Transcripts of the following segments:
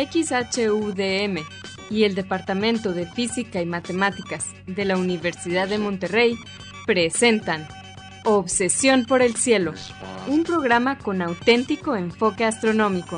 XHUDM y el Departamento de Física y Matemáticas de la Universidad de Monterrey presentan Obsesión por el Cielo, un programa con auténtico enfoque astronómico.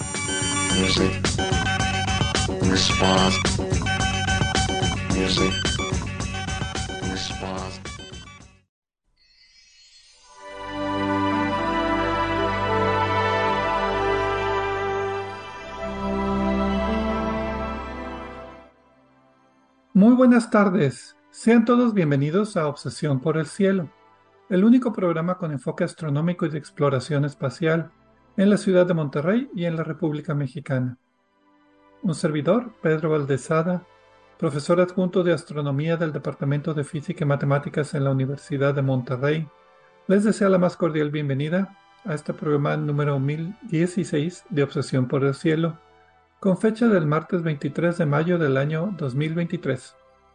Muy buenas tardes, sean todos bienvenidos a Obsesión por el Cielo, el único programa con enfoque astronómico y de exploración espacial en la ciudad de Monterrey y en la República Mexicana. Un servidor, Pedro Valdezada, profesor adjunto de Astronomía del Departamento de Física y Matemáticas en la Universidad de Monterrey, les desea la más cordial bienvenida a este programa número 1016 de Obsesión por el Cielo, con fecha del martes 23 de mayo del año 2023.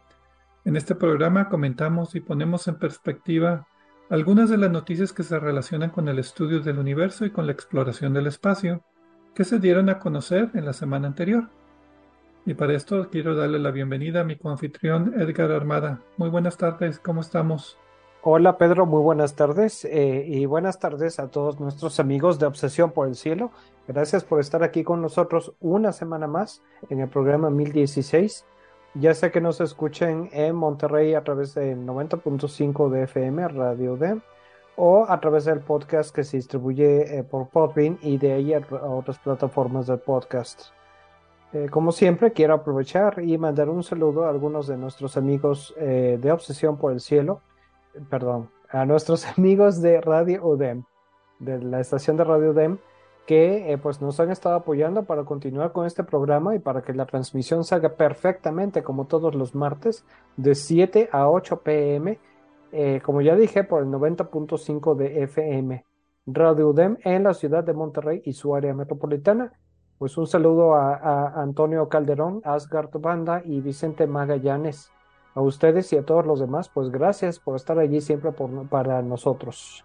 En este programa comentamos y ponemos en perspectiva algunas de las noticias que se relacionan con el estudio del universo y con la exploración del espacio, que se dieron a conocer en la semana anterior. Y para esto quiero darle la bienvenida a mi coanfitrión Edgar Armada. Muy buenas tardes, ¿cómo estamos? Hola Pedro, muy buenas tardes y buenas tardes a todos nuestros amigos de Obsesión por el Cielo. Gracias por estar aquí con nosotros una semana más en el programa 1016. Ya sea que nos escuchen en Monterrey a través del 90.5 de FM, Radio UDEM, o a través del podcast que se distribuye por Podbean y de ahí a otras plataformas de podcast. Como siempre, quiero aprovechar y mandar un saludo a algunos de nuestros amigos de Obsesión por el Cielo. Perdón, a nuestros amigos de Radio UDEM, de la estación de Radio UDEM, que pues nos han estado apoyando para continuar con este programa y para que la transmisión salga perfectamente como todos los martes de 7 a 8 pm, como ya dije, por el 90.5 de FM, Radio UDEM en la ciudad de Monterrey y su área metropolitana. Pues un saludo a Antonio Calderón, Asgard Banda y Vicente Magallanes. A ustedes y a todos los demás, pues gracias por estar allí siempre para nosotros.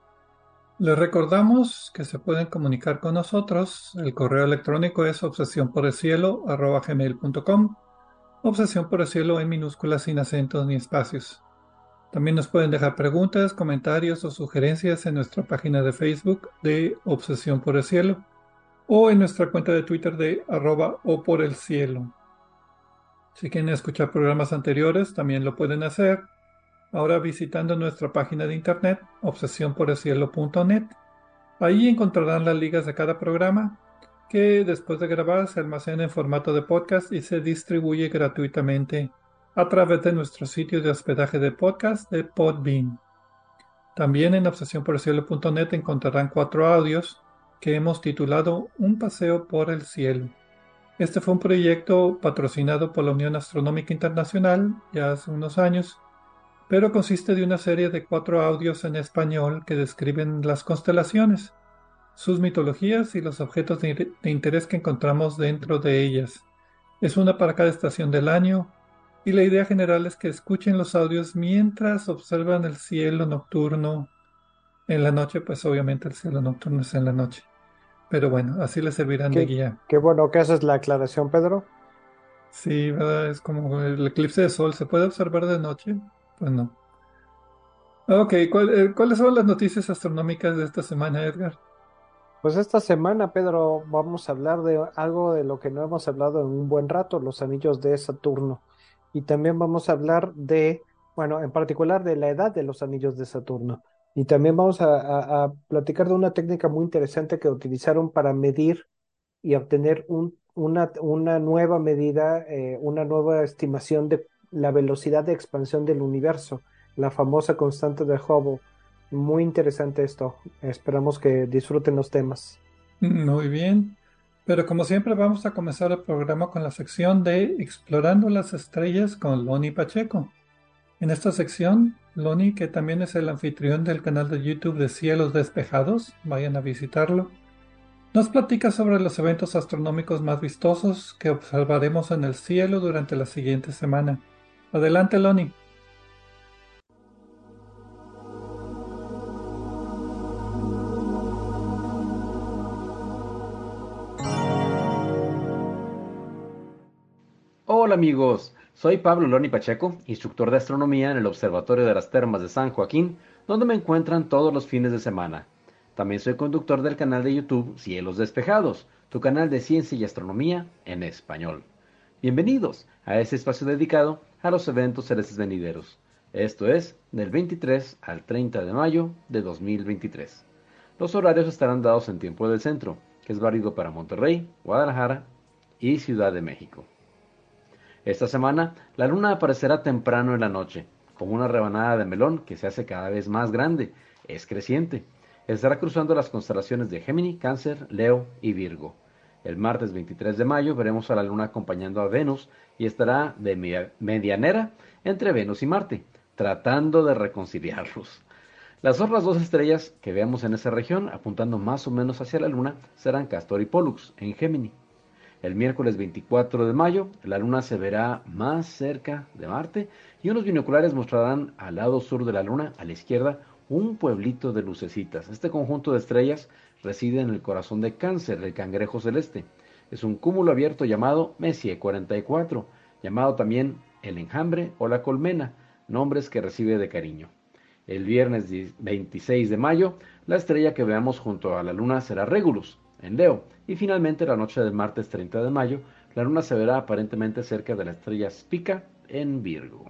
Les recordamos que se pueden comunicar con nosotros. El correo electrónico es obsesionporelcielo@gmail.com. Obsesión por el Cielo en minúsculas, sin acentos ni espacios. También nos pueden dejar preguntas, comentarios o sugerencias en nuestra página de Facebook de Obsesión por el Cielo o en nuestra cuenta de Twitter de @oporelcielo. Si quieren escuchar programas anteriores, también lo pueden hacer ahora visitando nuestra página de internet obsesionporelcielo.net. Ahí encontrarán las ligas de cada programa que después de grabar se almacena en formato de podcast y se distribuye gratuitamente a través de nuestro sitio de hospedaje de podcast de Podbean. También en obsesionporelcielo.net encontrarán 4 audios que hemos titulado Un paseo por el cielo. Este fue un proyecto patrocinado por la Unión Astronómica Internacional ya hace unos años, pero consiste de una serie de 4 audios en español que describen las constelaciones, sus mitologías y los objetos de interés que encontramos dentro de ellas. Es una para cada estación del año y la idea general es que escuchen los audios mientras observan el cielo nocturno. En la noche, pues obviamente el cielo nocturno es en la noche. Pero bueno, así les servirán de Qué, guía. qué bueno que haces la aclaración, Pedro. Sí, ¿verdad? Es como el eclipse de sol. ¿Se puede observar de noche? Pues no. Ok, ¿cuáles son las noticias astronómicas de esta semana, Edgar? Pues esta semana, Pedro, vamos a hablar de algo de lo que no hemos hablado en un buen rato, los anillos de Saturno. Y también vamos a hablar de, bueno, en particular de la edad de los anillos de Saturno. Y también vamos a platicar de una técnica muy interesante que utilizaron para medir y obtener una nueva medida, una nueva estimación de la velocidad de expansión del universo, la famosa constante de Hubble. Muy interesante esto. Esperamos que disfruten los temas. Muy bien. Pero como siempre vamos a comenzar el programa con la sección de Explorando las Estrellas con Loni Pacheco. En esta sección, Loni, que también es el anfitrión del canal de YouTube de Cielos Despejados, vayan a visitarlo, nos platica sobre los eventos astronómicos más vistosos que observaremos en el cielo durante la siguiente semana. Adelante, Loni. Hola amigos, soy Pablo Loni Pacheco, instructor de astronomía en el Observatorio de las Termas de San Joaquín, donde me encuentran todos los fines de semana. También soy conductor del canal de YouTube Cielos Despejados, tu canal de ciencia y astronomía en español. Bienvenidos a este espacio dedicado a los eventos celestes venideros. Esto es del 23 al 30 de mayo de 2023. Los horarios estarán dados en tiempo del centro, que es válido para Monterrey, Guadalajara y Ciudad de México. Esta semana, la luna aparecerá temprano en la noche, como una rebanada de melón que se hace cada vez más grande. Es creciente. Estará cruzando las constelaciones de Gémini, Cáncer, Leo y Virgo. El martes 23 de mayo veremos a la luna acompañando a Venus y estará de medianera entre Venus y Marte, tratando de reconciliarlos. Las otras dos estrellas que veamos en esa región, apuntando más o menos hacia la luna, serán Castor y Pólux, en Gémini. El miércoles 24 de mayo, la luna se verá más cerca de Marte y unos binoculares mostrarán al lado sur de la luna, a la izquierda, un pueblito de lucecitas. Este conjunto de estrellas reside en el corazón de Cáncer, el cangrejo celeste. Es un cúmulo abierto llamado Messier 44, llamado también el enjambre o la colmena, nombres que recibe de cariño. El viernes 26 de mayo, la estrella que veamos junto a la luna será Regulus, en Leo, y finalmente la noche del martes 30 de mayo, la luna se verá aparentemente cerca de la estrella Spica en Virgo.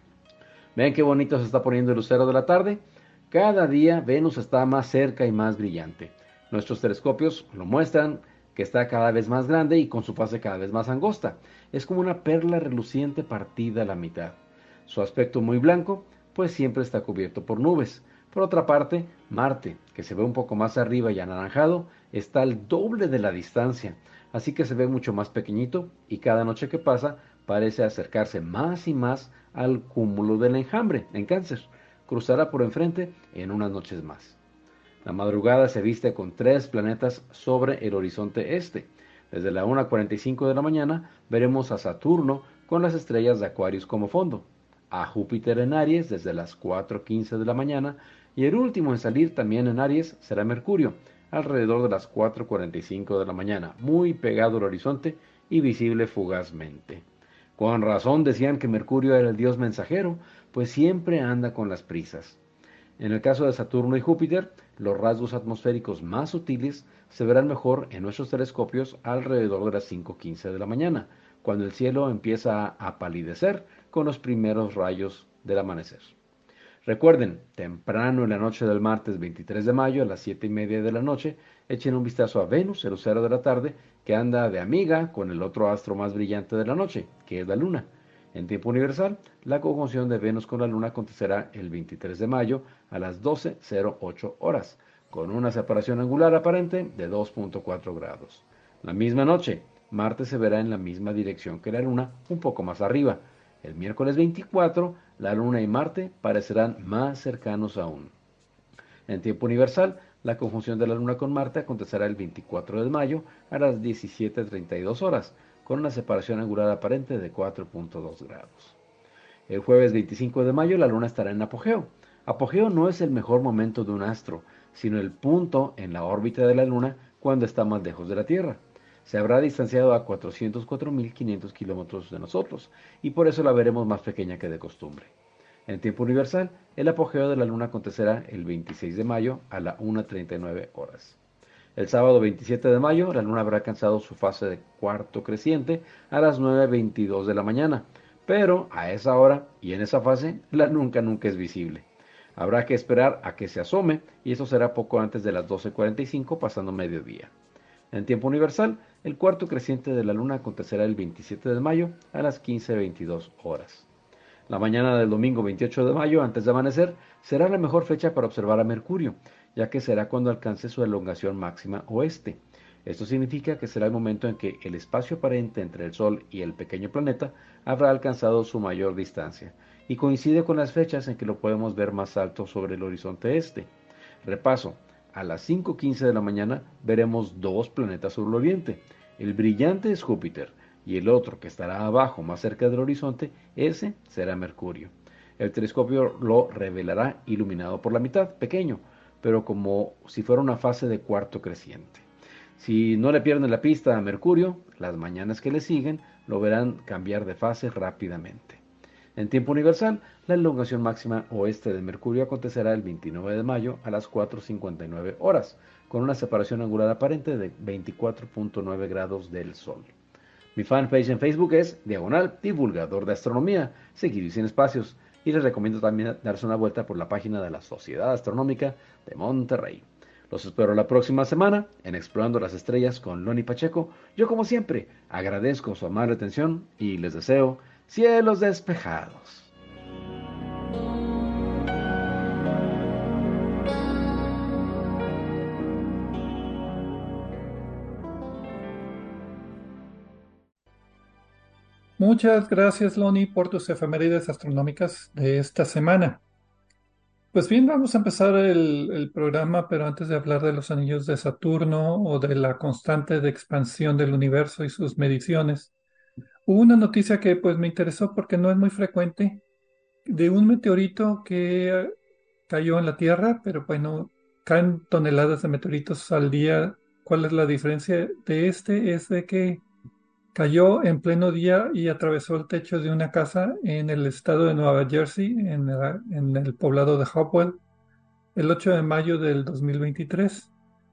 ¿Ven qué bonito se está poniendo el lucero de la tarde? Cada día Venus está más cerca y más brillante. Nuestros telescopios lo muestran que está cada vez más grande y con su fase cada vez más angosta. Es como una perla reluciente partida a la mitad. Su aspecto muy blanco, pues siempre está cubierto por nubes. Por otra parte, Marte, que se ve un poco más arriba y anaranjado, está al doble de la distancia, así que se ve mucho más pequeñito y cada noche que pasa parece acercarse más y más al cúmulo del enjambre en Cáncer. Cruzará por enfrente en unas noches más. La madrugada se viste con 3 planetas sobre el horizonte este. Desde la 1:45 de la mañana veremos a Saturno con las estrellas de Aquarius como fondo, a Júpiter en Aries desde las 4:15 de la mañana y el último en salir también en Aries será Mercurio, alrededor de las 4:45 de la mañana, muy pegado al horizonte y visible fugazmente. Con razón decían que Mercurio era el dios mensajero, pues siempre anda con las prisas. En el caso de Saturno y Júpiter, los rasgos atmosféricos más sutiles se verán mejor en nuestros telescopios alrededor de las 5:15 de la mañana, cuando el cielo empieza a palidecer con los primeros rayos del amanecer. Recuerden, temprano en la noche del martes 23 de mayo a las 7:30 de la noche, echen un vistazo a Venus, el lucero de la tarde, que anda de amiga con el otro astro más brillante de la noche, que es la luna. En tiempo universal, la conjunción de Venus con la luna acontecerá el 23 de mayo a las 12:08 horas, con una separación angular aparente de 2.4 grados. La misma noche, Marte se verá en la misma dirección que la luna, un poco más arriba. El miércoles 24, la luna y Marte parecerán más cercanos aún. En tiempo universal, la conjunción de la luna con Marte acontecerá el 24 de mayo a las 17:32 horas, con una separación angular aparente de 4.2 grados. El jueves 25 de mayo la luna estará en apogeo. Apogeo no es el mejor momento de un astro, sino el punto en la órbita de la luna cuando está más lejos de la Tierra. Se habrá distanciado a 404.500 kilómetros de nosotros, y por eso la veremos más pequeña que de costumbre. En tiempo universal, el apogeo de la luna acontecerá el 26 de mayo a las 1:39 horas. El sábado 27 de mayo, la luna habrá alcanzado su fase de cuarto creciente a las 9:22 de la mañana, pero a esa hora y en esa fase, la nunca es visible. Habrá que esperar a que se asome y eso será poco antes de las 12:45 pasando mediodía. En tiempo universal, el cuarto creciente de la luna acontecerá el 27 de mayo a las 15:22 horas. La mañana del domingo 28 de mayo, antes de amanecer, será la mejor fecha para observar a Mercurio, ya que será cuando alcance su elongación máxima oeste. Esto significa que será el momento en que el espacio aparente entre el Sol y el pequeño planeta habrá alcanzado su mayor distancia, y coincide con las fechas en que lo podemos ver más alto sobre el horizonte este. Repaso. A las 5:15 de la mañana veremos 2 planetas sobre el oriente. El brillante es Júpiter y el otro que estará abajo más cerca del horizonte, ese será Mercurio. El telescopio lo revelará iluminado por la mitad, pequeño, pero como si fuera una fase de cuarto creciente. Si no le pierden la pista a Mercurio, las mañanas que le siguen lo verán cambiar de fase rápidamente. En tiempo universal, la elongación máxima oeste de Mercurio acontecerá el 29 de mayo a las 4:59 horas, con una separación angular aparente de 24.9 grados del Sol. Mi fanpage en Facebook es Diagonal Divulgador de Astronomía, seguido y sin espacios, y les recomiendo también darse una vuelta por la página de la Sociedad Astronómica de Monterrey. Los espero la próxima semana en Explorando las Estrellas con Loni Pacheco. Yo, como siempre, agradezco su amable atención y les deseo cielos despejados. Muchas gracias, Loni, por tus efemérides astronómicas de esta semana. Pues bien, vamos a empezar el programa, pero antes de hablar de los anillos de Saturno o de la constante de expansión del universo y sus mediciones, hubo una noticia que pues me interesó porque no es muy frecuente, de un meteorito que cayó en la Tierra, pero bueno, caen toneladas de meteoritos al día. ¿Cuál es la diferencia de este? Es de que cayó en pleno día y atravesó el techo de una casa en el estado de Nueva Jersey, en el poblado de Hopewell, el 8 de mayo del 2023.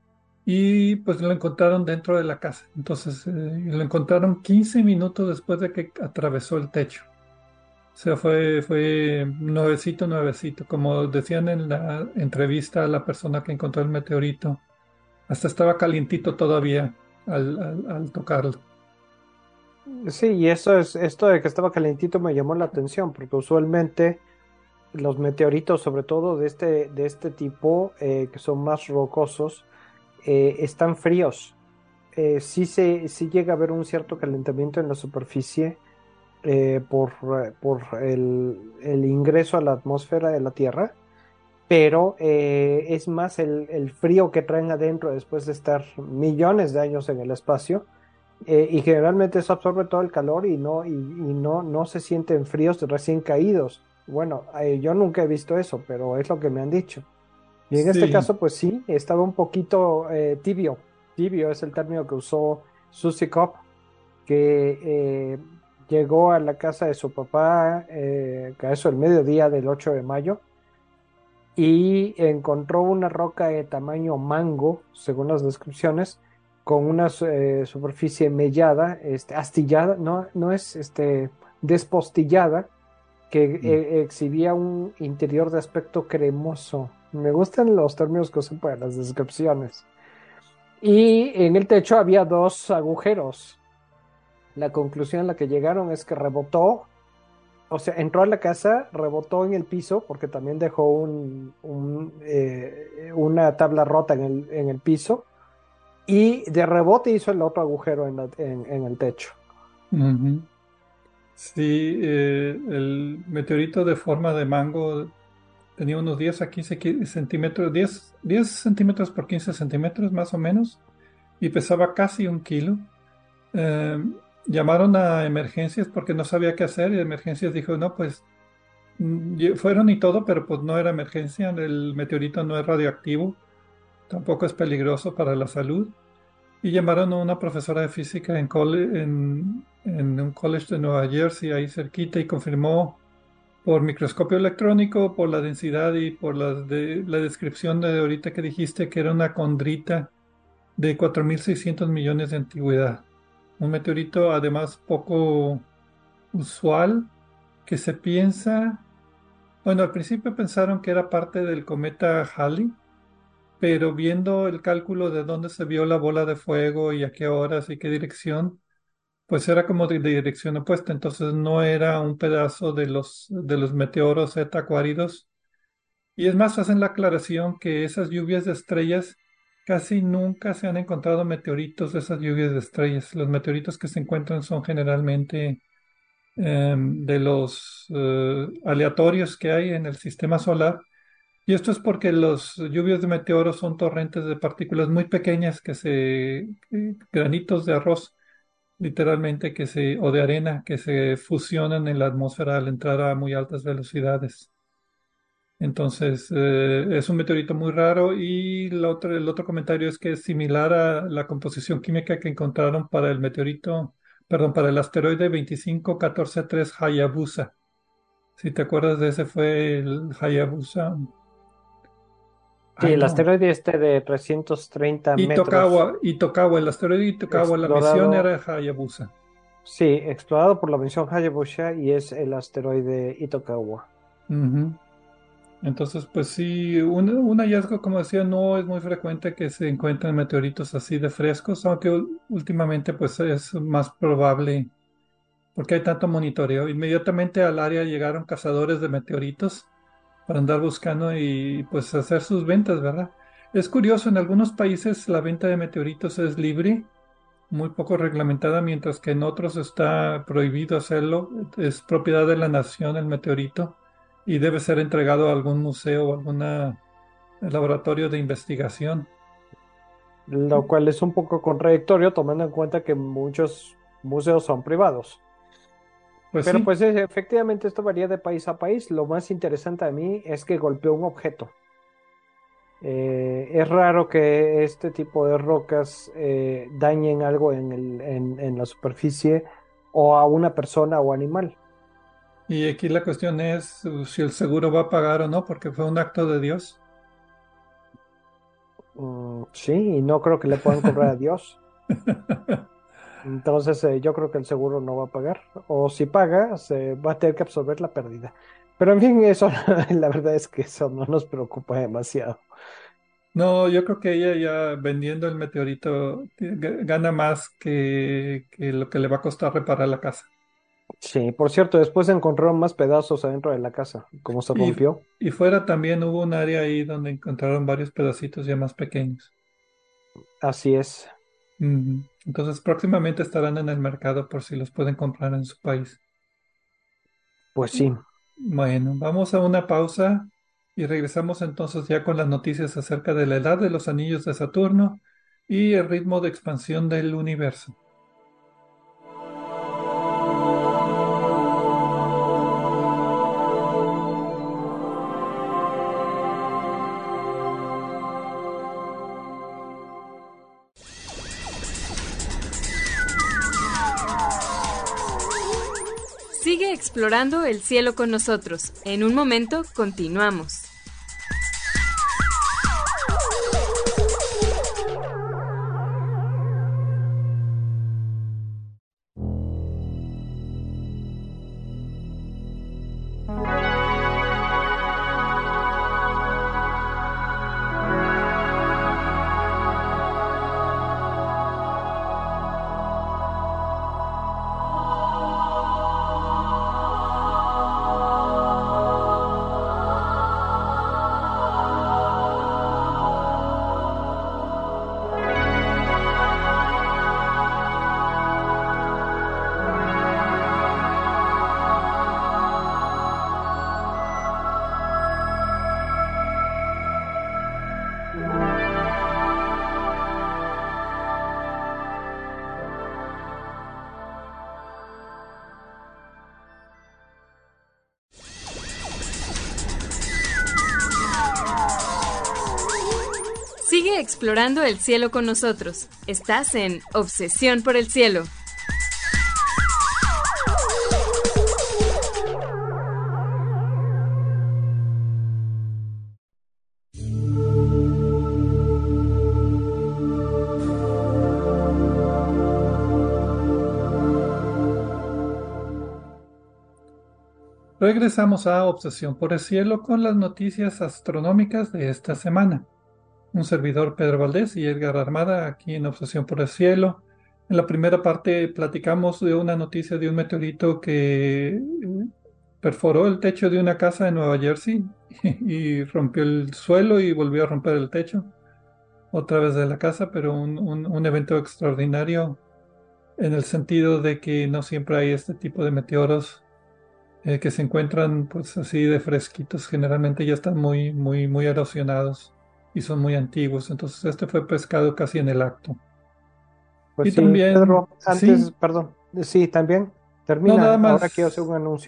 Y pues lo encontraron dentro de la casa. Entonces lo encontraron 15 minutos después de que atravesó el techo. O sea, fue nuevecito, nuevecito. Como decían en la entrevista a la persona que encontró el meteorito, hasta estaba calientito todavía al tocarlo. Sí, y eso es, esto de que estaba calentito me llamó la atención, porque usualmente los meteoritos, sobre todo de este tipo, que son más rocosos, están fríos. Sí llega a haber un cierto calentamiento en la superficie por el ingreso a la atmósfera de la Tierra, pero es más el frío que traen adentro después de estar millones de años en el espacio, y generalmente eso absorbe todo el calor y no se sienten fríos recién caídos. Bueno, yo nunca he visto eso, pero es lo que me han dicho. Y en este Sí. caso, pues sí, estaba un poquito tibio. Tibio es el término que usó Susie Cobb, que llegó a la casa de su papá, que a eso el mediodía del 8 de mayo, y encontró una roca de tamaño mango, según las descripciones, con una superficie mellada, astillada, no es despostillada, que exhibía un interior de aspecto cremoso. Me gustan los términos que usan para las descripciones. Y en el techo había dos agujeros. La conclusión a la que llegaron es que rebotó, o sea, entró a la casa, rebotó en el piso, porque también dejó una tabla rota en el piso, y de rebote hizo el otro agujero en el techo. Ujú. Sí, el meteorito de forma de mango tenía unos 10 a 15 centímetros, 10 centímetros por 15 centímetros más o menos, y pesaba casi 1 kilo. Eh, Llamaron a emergencias porque no sabía qué hacer, y emergencias dijo, no, pues fueron y todo, pero pues no era emergencia, el meteorito no es radioactivo, tampoco es peligroso para la salud. Y llamaron a una profesora de física en un college de Nueva Jersey, ahí cerquita, y confirmó por microscopio electrónico, por la densidad y por la descripción de ahorita que dijiste que era una condrita de 4.600 millones de antigüedad. Un meteorito además poco usual, que se piensa, bueno, al principio pensaron que era parte del cometa Halley, pero viendo el cálculo de dónde se vio la bola de fuego y a qué horas y qué dirección, pues era como de dirección opuesta, entonces no era un pedazo de los meteoros Z acuáridos. Y es más, hacen la aclaración que esas lluvias de estrellas casi nunca se han encontrado meteoritos de esas lluvias de estrellas. Los meteoritos que se encuentran son generalmente de los aleatorios que hay en el sistema solar. Y esto es porque los lluvias de meteoros son torrentes de partículas muy pequeñas granitos de arroz, literalmente, o de arena, que se fusionan en la atmósfera al entrar a muy altas velocidades. Entonces, es un meteorito muy raro y el otro comentario es que es similar a la composición química que encontraron para el meteorito, perdón, para el asteroide 25143 Hayabusa. Si te acuerdas de ese fue el Hayabusa. Sí, Ay, el no. asteroide este de 330 metros Itokawa, el asteroide Itokawa, la misión explorado, era Hayabusa. sí, explorado por la misión Hayabusa y es el asteroide Itokawa. Ujú. Entonces, pues sí, un hallazgo, como decía, no es muy frecuente que se encuentren meteoritos así de frescos, aunque últimamente pues es más probable porque hay tanto monitoreo. Inmediatamente al área llegaron cazadores de meteoritos para andar buscando y pues hacer sus ventas, ¿verdad? Es curioso, en algunos países la venta de meteoritos es libre, muy poco reglamentada, mientras que en otros está prohibido hacerlo. Es propiedad de la nación el meteorito y debe ser entregado a algún museo o algún laboratorio de investigación. Lo cual es un poco contradictorio tomando en cuenta que muchos museos son privados. Pues Pero sí, pues efectivamente esto varía de país a país. Lo más interesante a mí es que golpeó un objeto. Es raro que este tipo de rocas dañen algo en la superficie o a una persona o animal. y aquí la cuestión es si el seguro va a pagar o no, porque fue un acto de Dios. Sí, y no creo que le puedan cobrar a Dios. Entonces yo creo que el seguro no va a pagar. O si paga, se va a tener que absorber la pérdida. Pero en fin, eso, la verdad es que eso no nos preocupa demasiado. No, yo creo que ella ya vendiendo el meteorito gana más que lo que le va a costar reparar la casa. Sí, por cierto, después encontraron más pedazos adentro de la casa, como se Y, rompió. y fuera también hubo un área ahí donde encontraron varios pedacitos ya más pequeños. Así es. Ujú. Entonces próximamente estarán en el mercado por si los pueden comprar en su país. Pues sí. Bueno, vamos a una pausa y regresamos entonces ya con las noticias acerca de la edad de los anillos de Saturno y el ritmo de expansión del universo. Sigue explorando el cielo con nosotros. En un momento continuamos. Sigue explorando el cielo con nosotros. Estás en Obsesión por el cielo. Regresamos a Obsesión por el Cielo con las noticias astronómicas de esta semana. Un servidor Pedro Valdés y Edgar Armada aquí en Obsesión por el Cielo. En la primera parte platicamos de una noticia de un meteorito que perforó el techo de una casa en Nueva Jersey y rompió el suelo y volvió a romper el techo otra vez de la casa, pero un evento extraordinario en el sentido de que no siempre hay este tipo de meteoros que se encuentran pues así de fresquitos, generalmente ya están muy erosionados y son muy antiguos, entonces este fue pescado casi en el acto. Pues Y sí, también, Pedro, sí, antes, perdón, sí, también no termina. nada Ahora quiero hacer más, un anuncio.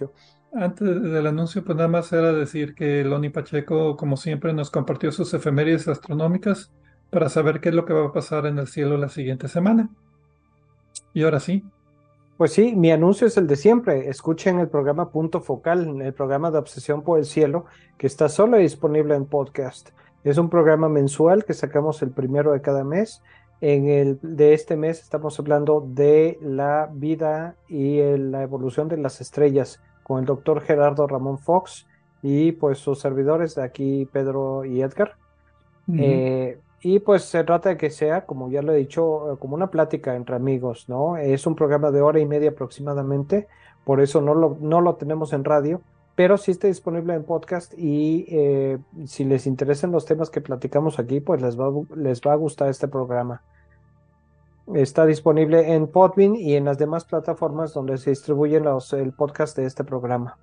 Antes del anuncio, pues nada más era decir que Loni Pacheco, como siempre, nos compartió sus efemérides astronómicas para saber qué es lo que va a pasar en el cielo la siguiente semana. Y ahora sí, Pues sí, mi anuncio es el de siempre. Escuchen el programa Punto Focal, el programa de Obsesión por el Cielo, que está solo disponible en podcast. Es un programa mensual que sacamos el primero de cada mes. En el de este mes estamos hablando de la vida y la evolución de las estrellas con el doctor Gerardo Ramón Fox y pues sus servidores de aquí, Pedro y Edgar. ujú, Y pues se trata de que sea, como ya lo he dicho, como una plática entre amigos, ¿no? Es un programa de hora y media aproximadamente, por eso no lo tenemos en radio, pero sí está disponible en podcast y si les interesan los temas que platicamos aquí, pues les va a gustar este programa. Está disponible en Podbean y en las demás plataformas donde se distribuyen el podcast de este programa.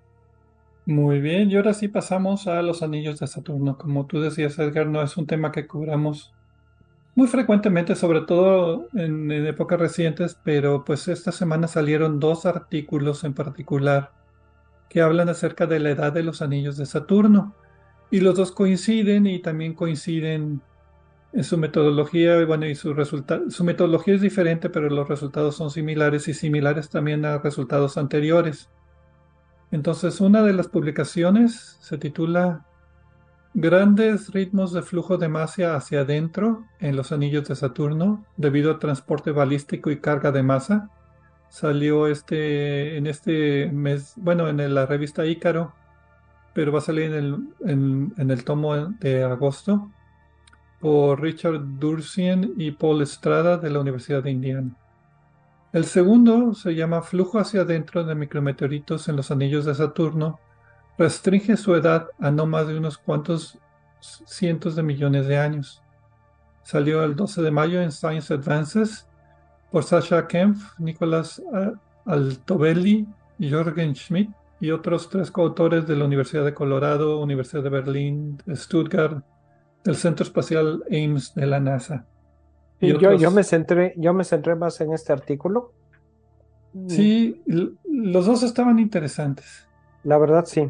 muy bien. Y ahora sí pasamos a los anillos de Saturno. Como tú decías, Edgar, no es un tema que cubramos muy frecuentemente, sobre todo en épocas recientes, pero pues esta semana salieron dos artículos en particular que hablan acerca de la edad de los anillos de Saturno. Y los dos coinciden y también coinciden en su metodología, y bueno, y su resultado. Su metodología es diferente, pero los resultados son similares y similares también a resultados anteriores. Entonces, una de las publicaciones se titula Grandes ritmos de flujo de masa hacia adentro en los anillos de Saturno debido a transporte balístico y carga de masa. Salió en este mes, bueno, la revista Ícaro, pero va a salir en el tomo de agosto por Richard Dursin y Paul Estrada de la Universidad de Indiana. El segundo se llama Flujo hacia adentro de micrometeoritos en los anillos de Saturno. Restringe su edad a no más de unos cuantos cientos de millones de años. Salió el 12 de mayo en Science Advances por Sasha Kempf, Nicholas Altobelli, Jürgen Schmidt y otros tres coautores de la Universidad de Colorado, Universidad de Berlín, Stuttgart, del Centro Espacial Ames de la NASA y Sí, otros. yo me centré más en este artículo. Mm, Sí, los dos estaban interesantes. La verdad, sí.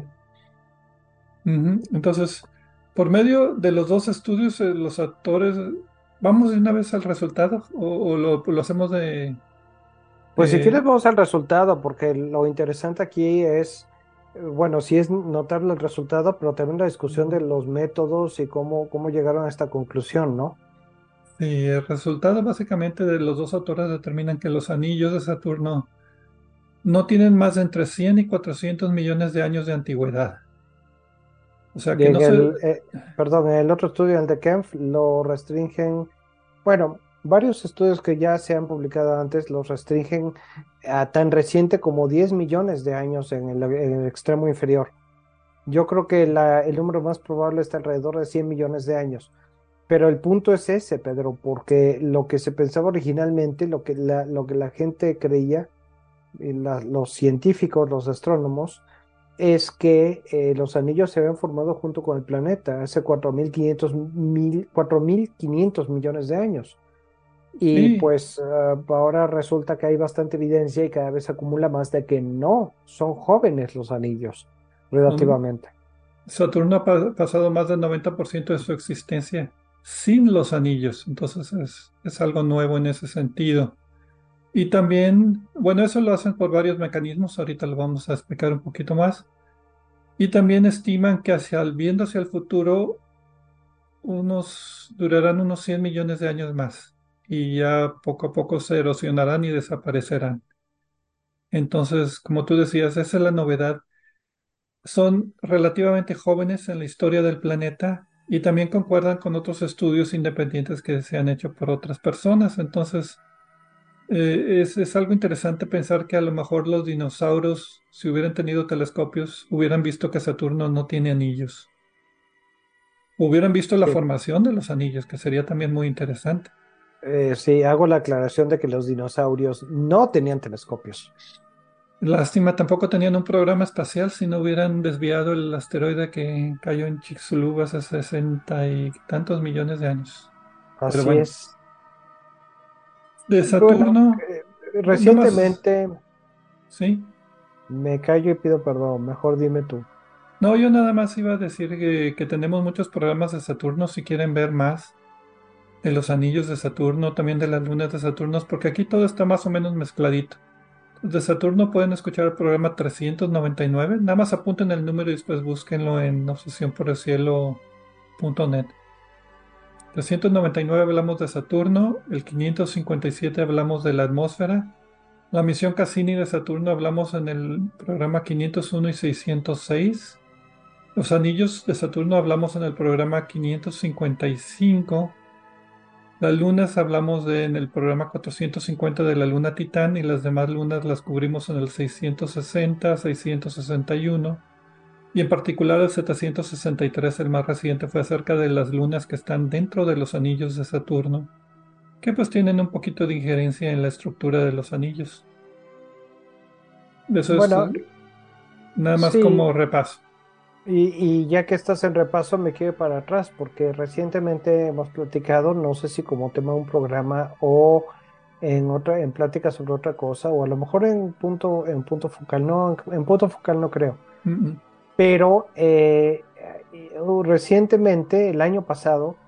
Ujú. Entonces, por medio de los dos estudios, los actores, ¿vamos de una vez al resultado o lo hacemos Pues si quieres de- vamos al resultado, porque lo interesante aquí es, bueno, sí es notar el resultado, pero también la discusión de los métodos y cómo llegaron a esta conclusión, ¿no? el resultado básicamente de los dos autores determinan que los anillos de Saturno no tienen más de entre 100 y 400 millones de años de antigüedad? O sea Y que no se... perdón, en el otro estudio, el de Kempf, lo restringen, bueno, varios estudios que ya se han publicado antes los restringen a tan reciente como 10 millones de años en el extremo inferior. Yo creo que el número más probable está alrededor de 100 millones de años. Pero el punto es ese, Pedro, porque lo que se pensaba originalmente, lo que la gente creía, y los científicos, los astrónomos, es que los anillos se habían formado junto con el planeta hace 4.500 millones de años. Y Sí. pues ahora resulta que hay bastante evidencia y cada vez se acumula más de que no, son jóvenes los anillos, son- relativamente. Saturno ha pasado más del 90% de su existencia sin los anillos, entonces es algo nuevo en ese sentido. Y también, bueno, eso lo hacen por varios mecanismos, ahorita lo vamos a explicar un poquito más. Y también estiman que viendo hacia el futuro, durarán unos 100 millones de años más y ya poco a poco se erosionarán y desaparecerán. Entonces, como tú decías, esa es la novedad. Son relativamente jóvenes en la historia del planeta y también concuerdan con otros estudios independientes que se han hecho por otras personas. Entonces, es algo interesante pensar que a lo mejor los dinosaurios, si hubieran tenido telescopios, hubieran visto que Saturno no tiene anillos. Hubieran visto la Sí. formación de los anillos, que sería también muy interesante. Sí, hago la aclaración de que los dinosaurios no tenían telescopios. Lástima, tampoco tenían un programa espacial si no hubieran desviado el asteroide que cayó en Chicxulub hace 60 y tantos millones de años. Pero Así bueno, es. de Bueno, Saturno, nada más, recientemente, sí. Me callo y pido perdón, mejor dime tú. No, yo nada más iba a decir que tenemos muchos programas de Saturno si quieren ver más de los anillos de Saturno, también de las lunas de Saturno, porque aquí todo está más o menos mezcladito. De Saturno pueden escuchar el programa 399. Nada más apunten el número y después búsquenlo en obsesionporelcielo.net. 399 hablamos de Saturno, el 557 hablamos de la atmósfera, la misión Cassini de Saturno hablamos en el programa 501 y 606. Los anillos de Saturno hablamos en el programa 555. Las lunas hablamos en el programa 450 de la luna Titán y las demás lunas las cubrimos en el 660, 661 y en particular el 763, el más reciente, fue acerca de las lunas que están dentro de los anillos de Saturno, que pues tienen un poquito de injerencia en la estructura de los anillos. Eso es Bueno, nada más sí, como repaso. y ya que estás en repaso, me quiero ir para atrás, porque recientemente hemos platicado, no sé si como tema de un programa o en plática sobre otra cosa, o a lo mejor en punto focal, no, en punto focal no creo, Mm, mm. pero recientemente, el año pasado,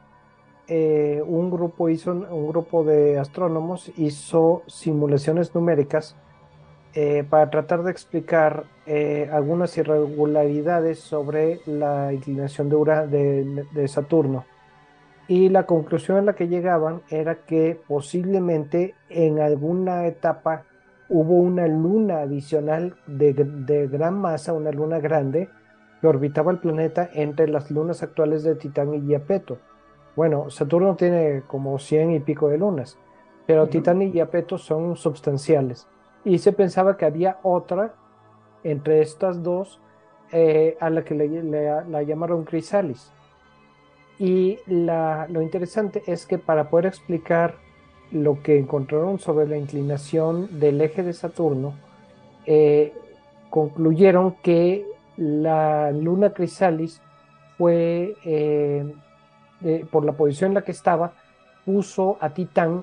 un grupo de astrónomos hizo simulaciones numéricas para tratar de explicar algunas irregularidades sobre la inclinación de Saturno. Y la conclusión a la que llegaban era que posiblemente en alguna etapa hubo una luna adicional de gran masa, una luna grande, que orbitaba el planeta entre las lunas actuales de Titán y Iapeto. Bueno, Saturno tiene como 100 y pico de lunas, pero Bueno, Titán y Iapeto son substanciales. Y se pensaba que había otra entre estas dos a la que la llamaron Crisalis. Y lo interesante es que para poder explicar lo que encontraron sobre la inclinación del eje de Saturno, eh, concluyeron que la luna Crisalis fue, por la posición en la que estaba, puso a Titán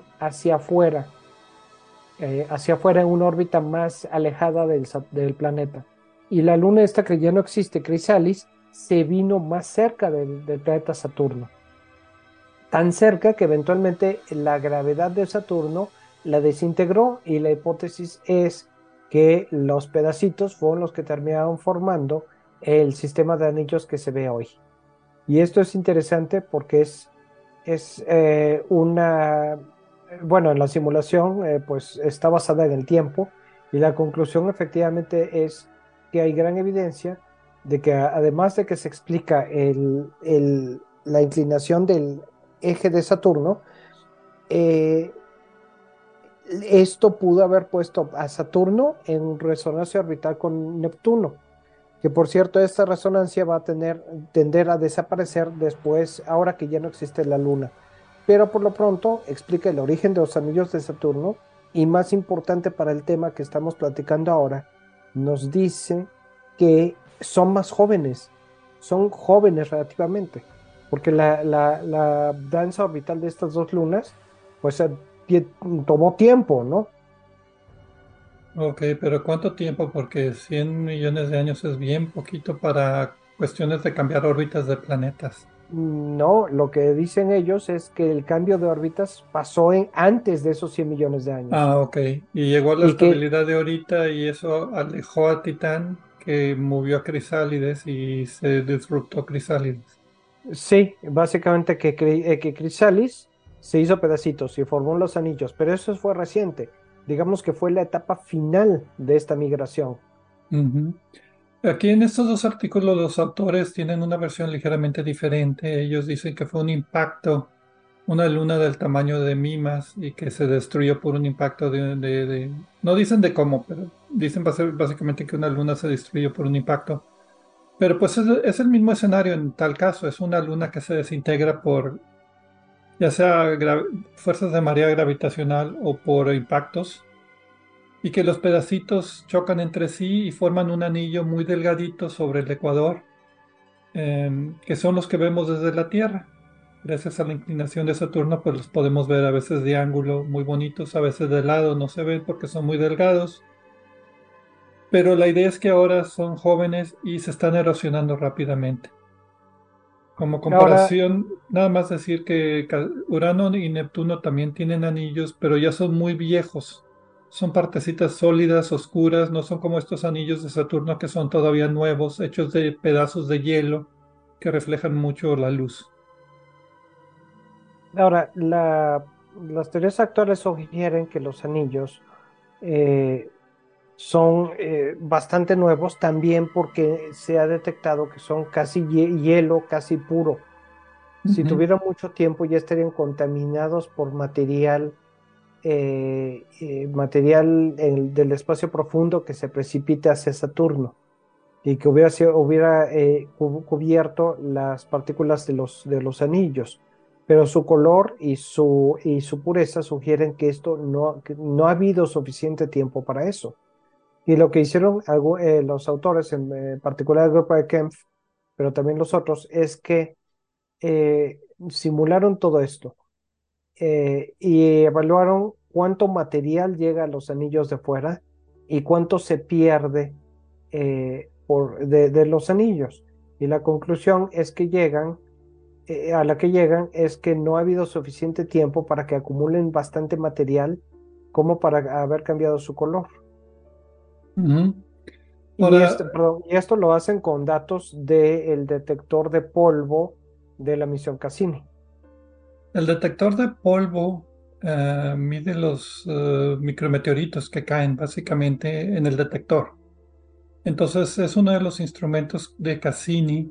hacia afuera en una órbita más alejada del planeta. Y la luna esta que ya no existe, Crisalis, se vino más cerca del planeta Saturno. Tan cerca que eventualmente la gravedad de Saturno la desintegró y la hipótesis es que los pedacitos fueron los que terminaron formando el sistema de anillos que se ve hoy. Y esto es interesante porque es bueno, en la simulación pues está basada en el tiempo y la conclusión efectivamente es que hay gran evidencia de que además de que se explica la inclinación del eje de Saturno, eh, esto pudo haber puesto a Saturno en resonancia orbital con Neptuno, que por cierto esta resonancia va a tender a desaparecer después, ahora que ya no existe la Luna. Pero por lo pronto explica el origen de los anillos de Saturno y más importante para el tema que estamos platicando ahora, nos dice que son jóvenes relativamente, porque la danza orbital de estas dos lunas, pues tomó tiempo, ¿no? ok, pero ¿cuánto tiempo? Porque 100 millones de años es bien poquito para cuestiones de cambiar órbitas de planetas. No, lo que dicen ellos es que el cambio de órbitas pasó antes de esos 100 millones de años. Ah, ok. Y llegó a la Y que estabilidad de ahorita y eso alejó a Titán, que movió a Crisálides y se disruptó Crisálides. sí, básicamente que Chrysalis se hizo pedacitos y formó los anillos, pero eso fue reciente. Digamos que fue la etapa final de esta migración. Ujú. Aquí en estos dos artículos los autores tienen una versión ligeramente diferente. Ellos dicen que fue un impacto, una luna del tamaño de Mimas y que se destruyó por un impacto no dicen de cómo, pero dicen básicamente que una luna se destruyó por un impacto. Pero pues es el mismo escenario en tal caso. Es una luna que se desintegra por ya sea fuerzas de marea gravitacional o por impactos y que los pedacitos chocan entre sí y forman un anillo muy delgadito sobre el ecuador, que son los que vemos desde la Tierra. Gracias a la inclinación de Saturno, pues los podemos ver a veces de ángulo muy bonitos, a veces de lado no se ven porque son muy delgados. pero la idea es que ahora son jóvenes y se están erosionando rápidamente. Como Ahora, comparación, nada más decir que Urano y Neptuno también tienen anillos, pero ya son muy viejos. Son partecitas sólidas, oscuras, no son como estos anillos de Saturno que son todavía nuevos, hechos de pedazos de hielo que reflejan mucho la luz. ahora las teorías actuales sugieren que los anillos eh, son bastante nuevos también porque se ha detectado que son casi hielo, casi puro. Si Ujú, tuvieran mucho tiempo ya estarían contaminados por material del espacio profundo que se precipita hacia Saturno y que hubiera cubierto las partículas de los anillos. Pero su color y su pureza sugieren que que no ha habido suficiente tiempo para eso. Y lo que hicieron los autores, en particular el grupo de Kempf, pero también los otros, es que simularon todo esto y evaluaron cuánto material llega a los anillos de fuera y cuánto se pierde de los anillos. Y la conclusión es que a la que llegan es que no ha habido suficiente tiempo para que acumulen bastante material como para haber cambiado su color. ujú. Y, Ahora, perdón, y esto lo hacen con datos del detector de polvo de la misión Cassini. el detector de polvo mide los micrometeoritos que caen básicamente en el detector. Entonces es uno de los instrumentos de Cassini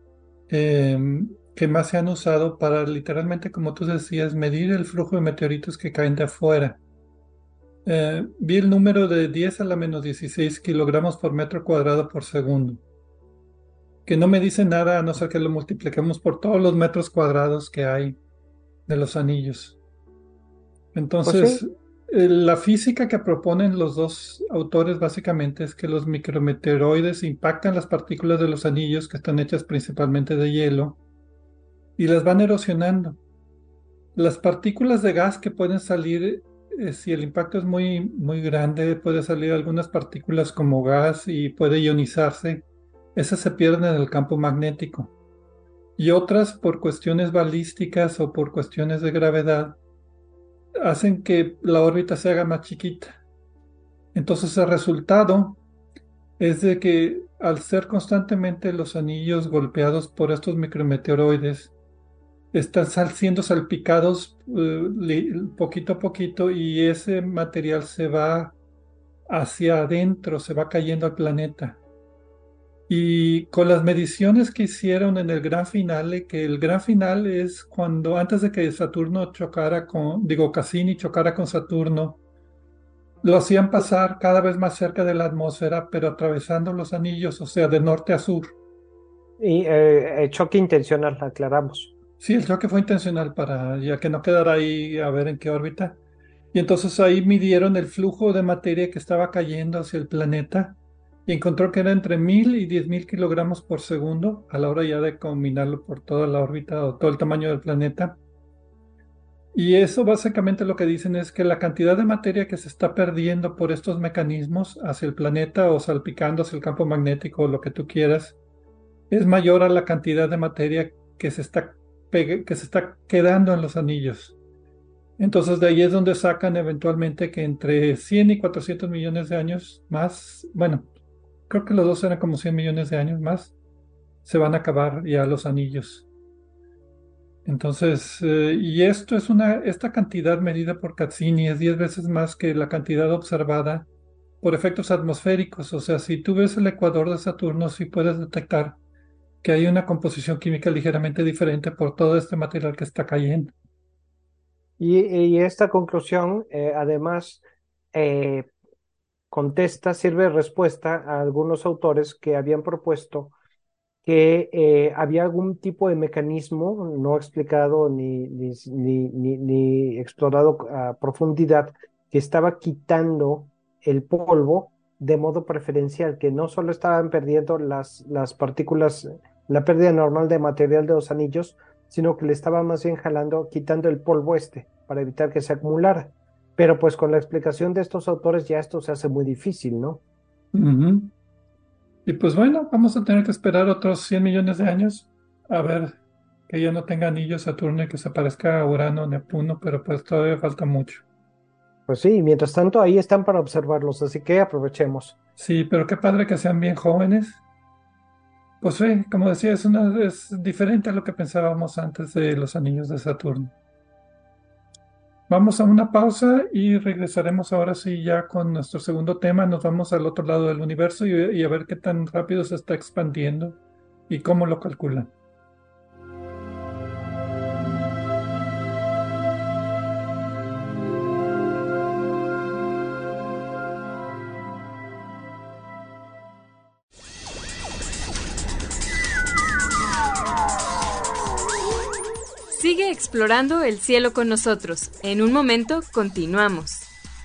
que más se han usado para literalmente, como tú decías, medir el flujo de meteoritos que caen de afuera. Vi el número de 10 a la menos 16 kilogramos por metro cuadrado por segundo, que no me dice nada a no ser que lo multipliquemos por todos los metros cuadrados que hay de los anillos. Pues sí, Entonces, la física que proponen los dos autores básicamente es que los micrometeoroides impactan las partículas de los anillos que están hechas principalmente de hielo y las van erosionando. Las partículas de gas que pueden salir, si el impacto es muy, muy grande, puede salir algunas partículas como gas y puede ionizarse. Esas se pierden en el campo magnético. Y otras, por cuestiones balísticas o por cuestiones de gravedad, hacen que la órbita se haga más chiquita. Entonces el resultado es de que al ser constantemente los anillos golpeados por estos micrometeoroides, están siendo salpicados poquito a poquito y ese material se va hacia adentro, se va cayendo al planeta. Y con las mediciones que hicieron en el gran finale, que el gran final es cuando antes de que Saturno chocara digo, Cassini chocara con Saturno, lo hacían pasar cada vez más cerca de la atmósfera, pero atravesando los anillos, o sea, de norte a sur. y choque intencional, aclaramos. Sí, el choque fue intencional para ya que no quedara ahí a ver en qué órbita. Y entonces ahí midieron el flujo de materia que estaba cayendo hacia el planeta y encontró que era entre 1000 y 10.000 kilogramos por segundo a la hora ya de combinarlo por toda la órbita o todo el tamaño del planeta. Y eso básicamente lo que dicen es que la cantidad de materia que se está perdiendo por estos mecanismos hacia el planeta o salpicando hacia el campo magnético o lo que tú quieras es mayor a la cantidad de materia que que se está quedando en los anillos. Entonces de ahí es donde sacan eventualmente que entre 100 y 400 millones de años más, bueno, creo que los dos eran como 100 millones de años más, se van a acabar ya los anillos. Entonces, y esto es esta cantidad medida por Cassini es 10 veces más que la cantidad observada por efectos atmosféricos. O sea, si tú ves el ecuador de Saturno, sí puedes detectar que hay una composición química ligeramente diferente por todo este material que está cayendo. Y esta conclusión, además, eh, sirve de respuesta a algunos autores que habían propuesto que había algún tipo de mecanismo no explicado ni explorado a profundidad que estaba quitando el polvo de modo preferencial, que no solo estaban perdiendo las partículas, la pérdida normal de material de los anillos, sino que le estaba más bien quitando el polvo para evitar que se acumulara. Pero pues con la explicación de estos autores ya esto se hace muy difícil, ¿no? Ujú. Y pues bueno, vamos a tener que esperar otros 100 millones de años a ver que ya no tenga anillos Saturno y que se parezca a Urano, Neptuno, pero pues todavía falta mucho. Pues sí, mientras tanto ahí están para observarlos, así que aprovechemos. Sí, pero qué padre que sean bien jóvenes. Pues sí, como decía, es diferente a lo que pensábamos antes de los anillos de Saturno. Vamos a una pausa y regresaremos ahora sí ya con nuestro segundo tema. Nos vamos al otro lado del universo y a ver qué tan rápido se está expandiendo y cómo lo calculan. Sigue explorando el cielo con nosotros. En un momento continuamos.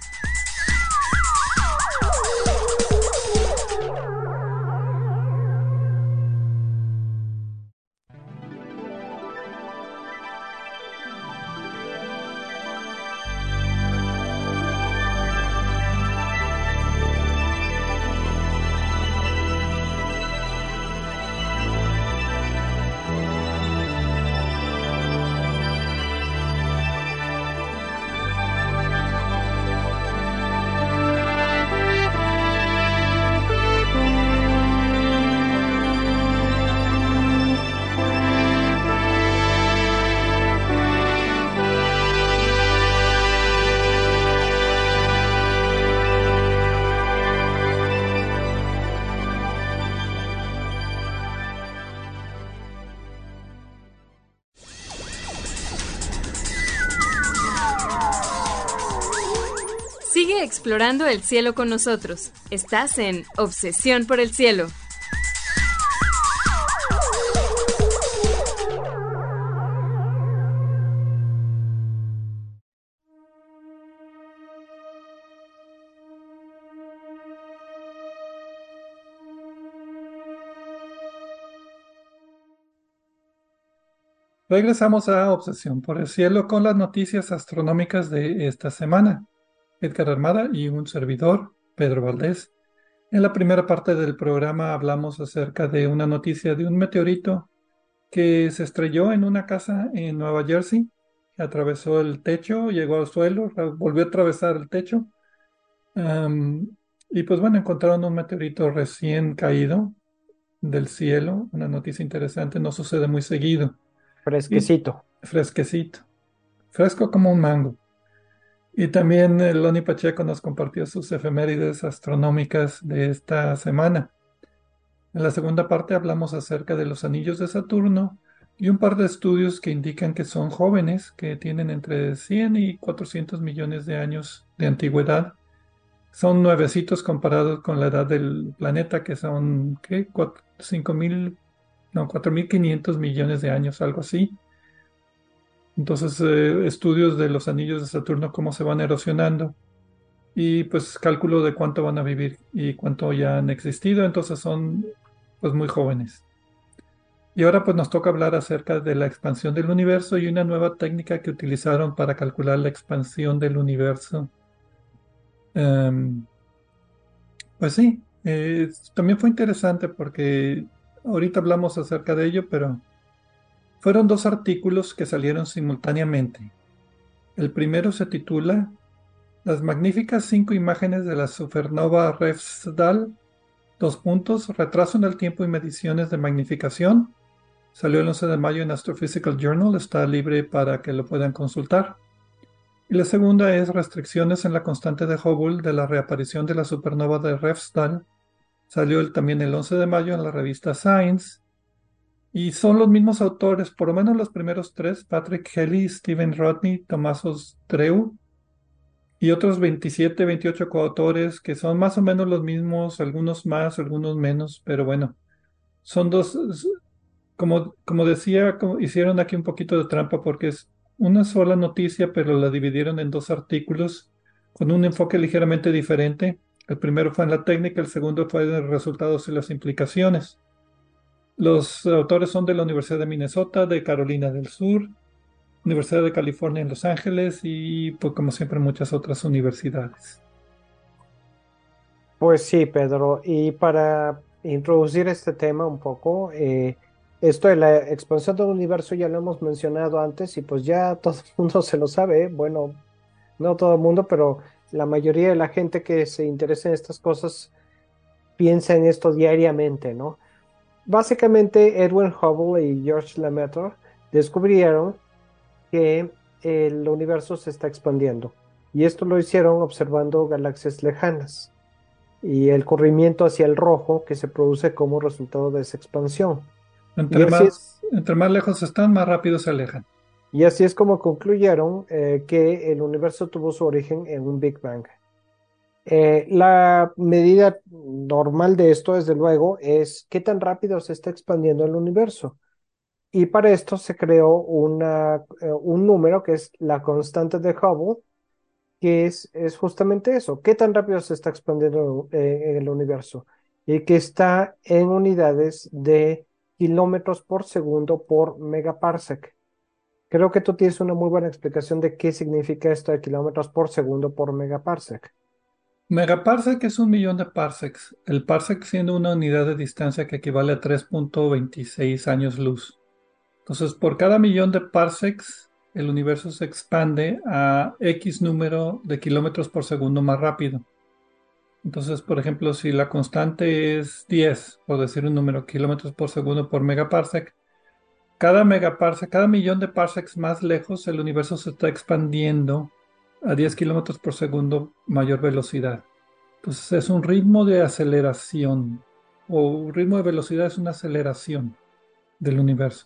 Sigue explorando el cielo con nosotros. Estás en Obsesión por el Cielo. Regresamos a Obsesión por el Cielo con las noticias astronómicas de esta semana. Edgar Armada y un servidor, Pedro Valdés. En la primera parte del programa hablamos acerca de una noticia de un meteorito que se estrelló en una casa en Nueva Jersey, atravesó el techo, llegó al suelo, volvió a atravesar el techo. am, y pues bueno, encontraron un meteorito recién caído del cielo, una noticia interesante, no sucede muy seguido. Y Fresquecito. fresquecito, fresco como un mango. Y también Loni Pacheco nos compartió sus efemérides astronómicas de esta semana. En la segunda parte hablamos acerca de los anillos de Saturno y un par de estudios que indican que son jóvenes, que tienen entre 100 y 400 millones de años de antigüedad. Son nuevecitos comparados con la edad del planeta, que son, ¿qué? 5.000, no, 4.500 millones de años, algo así. Entonces, estudios de los anillos de Saturno, cómo se van erosionando y pues cálculo de cuánto van a vivir y cuánto ya han existido, entonces son pues muy jóvenes. Y ahora pues nos toca hablar acerca de la expansión del universo y una nueva técnica que utilizaron para calcular la expansión del universo. Em, pues sí, también fue interesante porque ahorita hablamos acerca de ello, pero fueron dos artículos que salieron simultáneamente. El primero se titula Las magníficas 5 imágenes de la supernova Refsdal, retraso en el tiempo y mediciones de magnificación. Salió el 11 de mayo en Astrophysical Journal, está libre para que lo puedan consultar. Y la segunda es restricciones en la constante de Hubble de la reaparición de la supernova de Refsdal. Salió también el 11 de mayo en la revista Science. Y son los mismos autores, por lo menos los primeros tres, Patrick Kelly, Stephen Rodney, Tomasos Treu, y otros 27, 28 coautores que son más o menos los mismos, algunos más, algunos menos, pero bueno, son dos, como decía, hicieron aquí un poquito de trampa porque es una sola noticia, pero la dividieron en dos artículos con un enfoque ligeramente diferente. El primero fue en la técnica, el segundo fue en los resultados y las implicaciones. Los autores son de la Universidad de Minnesota, de Carolina del Sur, Universidad de California en Los Ángeles y, pues, como siempre, muchas otras universidades. Pues sí, Pedro, y para introducir este tema un poco, esto de la expansión del universo ya lo hemos mencionado antes y pues ya todo el mundo se lo sabe, ¿eh? Bueno, no todo el mundo, pero la mayoría de la gente que se interesa en estas cosas piensa en esto diariamente, ¿no? Básicamente, Edwin Hubble y George Lemaitre descubrieron que el universo se está expandiendo y esto lo hicieron observando galaxias lejanas y el corrimiento hacia el rojo que se produce como resultado de esa expansión. Y así es, Entre más lejos están, más rápido se alejan. y así es como concluyeron que el universo tuvo su origen en un Big Bang. La medida normal de esto, desde luego, es qué tan rápido se está expandiendo el universo. Y para esto se creó un número que es la constante de Hubble, que es justamente eso, qué tan rápido se está expandiendo en el universo y que está en unidades de kilómetros por segundo por megaparsec. Creo que tú tienes una muy buena explicación de qué significa esto de kilómetros por segundo por megaparsec. Megaparsec es 1 millón de parsecs, el parsec siendo una unidad de distancia que equivale a 3.26 años luz. Entonces, por cada 1 millón de parsecs, el universo se expande a X número de kilómetros por segundo más rápido. Entonces, por ejemplo, si la constante es 10, por decir un número, kilómetros por segundo por megaparsec, cada megaparsec, cada 1 millón de parsecs más lejos, el universo se está expandiendo a 10 kilómetros por segundo mayor velocidad. Entonces, es un ritmo de aceleración, o un ritmo de velocidad es una aceleración del universo.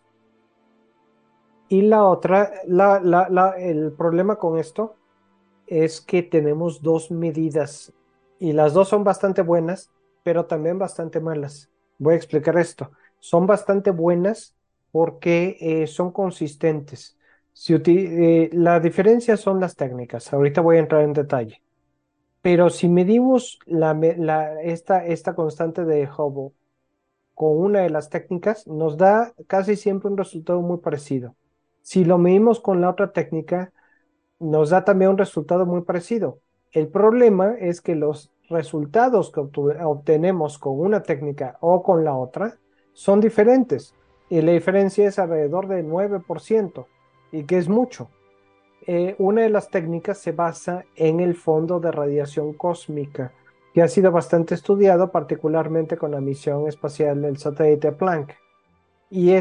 Y la otra, el problema con esto es que tenemos dos medidas y las dos son bastante buenas, pero también bastante malas. Voy a explicar esto. Son bastante buenas porque son consistentes. La diferencia son las técnicas. Ahorita voy a entrar en detalle. Pero si medimos esta constante de Hubble con una de las técnicas, nos da casi siempre un resultado muy parecido. Si lo medimos con la otra técnica, nos da también un resultado muy parecido. El problema es que los resultados que obtenemos con una técnica o con la otra son diferentes y la diferencia es alrededor del 9% y que es mucho. Una de las técnicas se basa en el fondo de radiación cósmica, que ha sido bastante estudiado particularmente con la misión espacial del satélite Planck. Y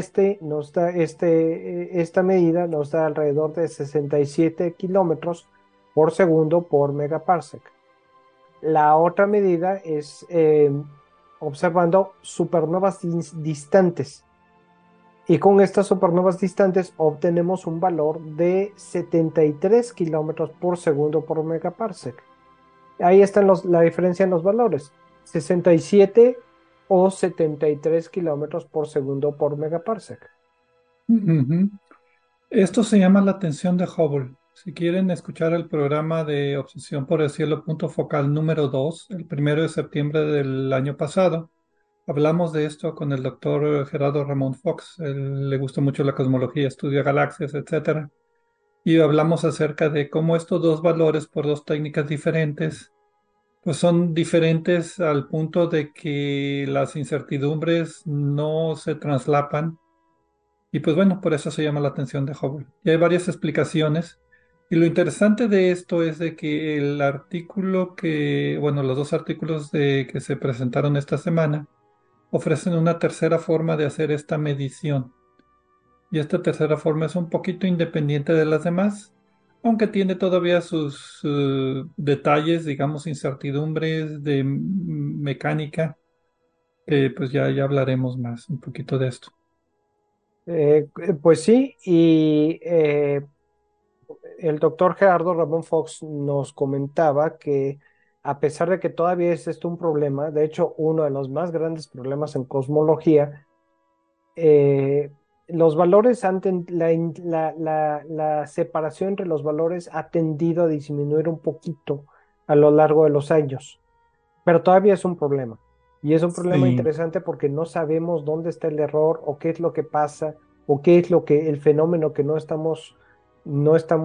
esta medida nos da alrededor de 67 kilómetros por segundo por megaparsec. La otra medida es observando supernovas distantes. Y con estas supernovas distantes obtenemos un valor de 73 kilómetros por segundo por megaparsec. Ahí está la diferencia en los valores. 67 o 73 kilómetros por segundo por megaparsec. Ujú. Esto se llama la tensión de Hubble. Si quieren escuchar el programa de Obsesión por el Cielo, punto focal número 2, el 1 de septiembre del año pasado, hablamos de esto con el doctor Gerardo Ramón Fox. Él le gusta mucho la cosmología, estudia galaxias, etcétera. Y hablamos acerca de cómo estos dos valores por dos técnicas diferentes, pues son diferentes al punto de que las incertidumbres no se traslapan y pues bueno, por eso se llama la tensión de Hubble. Y hay varias explicaciones. Y lo interesante de esto es de que el artículo bueno, los dos artículos que se presentaron esta semana ofrecen una tercera forma de hacer esta medición. Y esta tercera forma es un poquito independiente de las demás, aunque tiene todavía sus detalles, digamos, incertidumbres de mecánica, que pues ya hablaremos más un poquito de esto. Pues sí, y el doctor Gerardo Ramón Fox nos comentaba que a pesar de que todavía es esto un problema, de hecho uno de los más grandes problemas en cosmología, eh, los valores la separación entre los valores ha tendido a disminuir un poquito a lo largo de los años, pero todavía es un problema. Y es un problema Sí. interesante porque no sabemos dónde está el error o qué es lo que pasa o qué es lo que el fenómeno que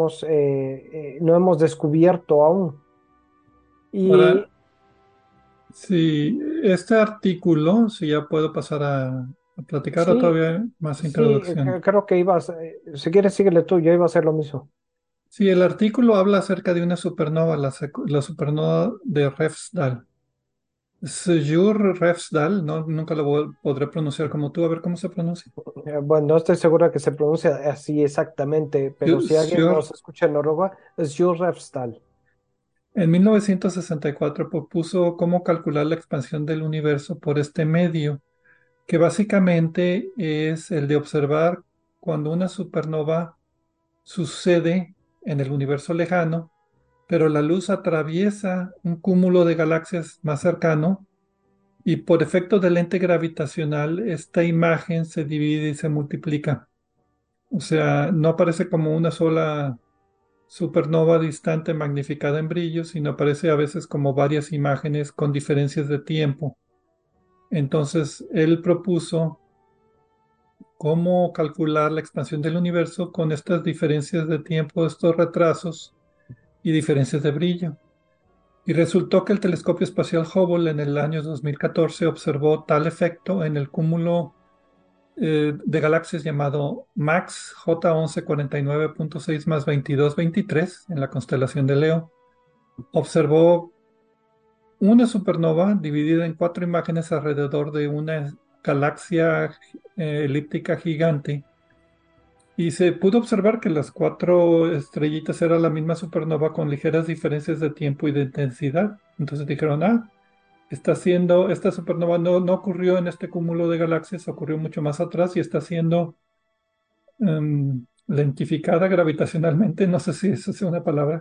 no hemos descubierto aún. Y Ahora, Sí, este artículo, si ya puedo pasar a platicar o Sí, todavía más sí, introducción. creo que ibas, si quieres, síguele tú, yo iba a hacer lo mismo. Sí, el artículo habla acerca de una supernova, la supernova de Refsdal. Sjur-Refsdal, no, nunca lo podré pronunciar como tú, a ver cómo se pronuncia. Bueno, no estoy seguro que se pronuncia así exactamente, pero si alguien Sjur, nos escucha en Noruega, es Refstal. en 1964 propuso cómo calcular la expansión del universo por este medio, que básicamente es el de observar cuando una supernova sucede en el universo lejano, pero la luz atraviesa un cúmulo de galaxias más cercano y por efecto del lente gravitacional, esta imagen se divide y se multiplica. O sea, no aparece como una sola supernova distante magnificada en brillo, sino aparece a veces como varias imágenes con diferencias de tiempo. Entonces, él propuso cómo calcular la expansión del universo con estas diferencias de tiempo, estos retrasos y diferencias de brillo. Y resultó que el telescopio espacial Hubble en el año 2014 observó tal efecto en el cúmulo de galaxias llamado MAX J1149.6 más 2223 en la constelación de Leo. Observó una supernova dividida en cuatro imágenes alrededor de una galaxia elíptica gigante y se pudo observar que las cuatro estrellitas eran la misma supernova con ligeras diferencias de tiempo y de intensidad. Entonces dijeron, esta supernova no ocurrió en este cúmulo de galaxias, ocurrió mucho más atrás y está siendo lentificada gravitacionalmente. No sé si eso es una palabra,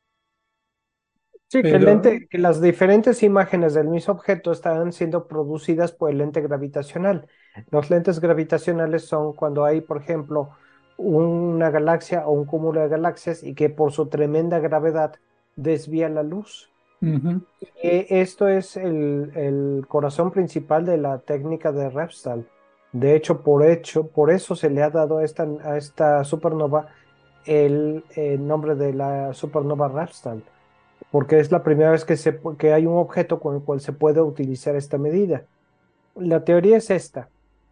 Sí, pero que las diferentes imágenes del mismo objeto están siendo producidas por el lente gravitacional. Los lentes gravitacionales son cuando hay, por ejemplo, una galaxia o un cúmulo de galaxias y que por su tremenda gravedad desvía la luz. ujú. Esto es el corazón principal de la técnica de Repstal. De hecho, por eso se le ha dado a esta supernova el nombre de la supernova Repstal, porque es la primera vez que hay un objeto con el cual se puede utilizar esta medida. La teoría es esta.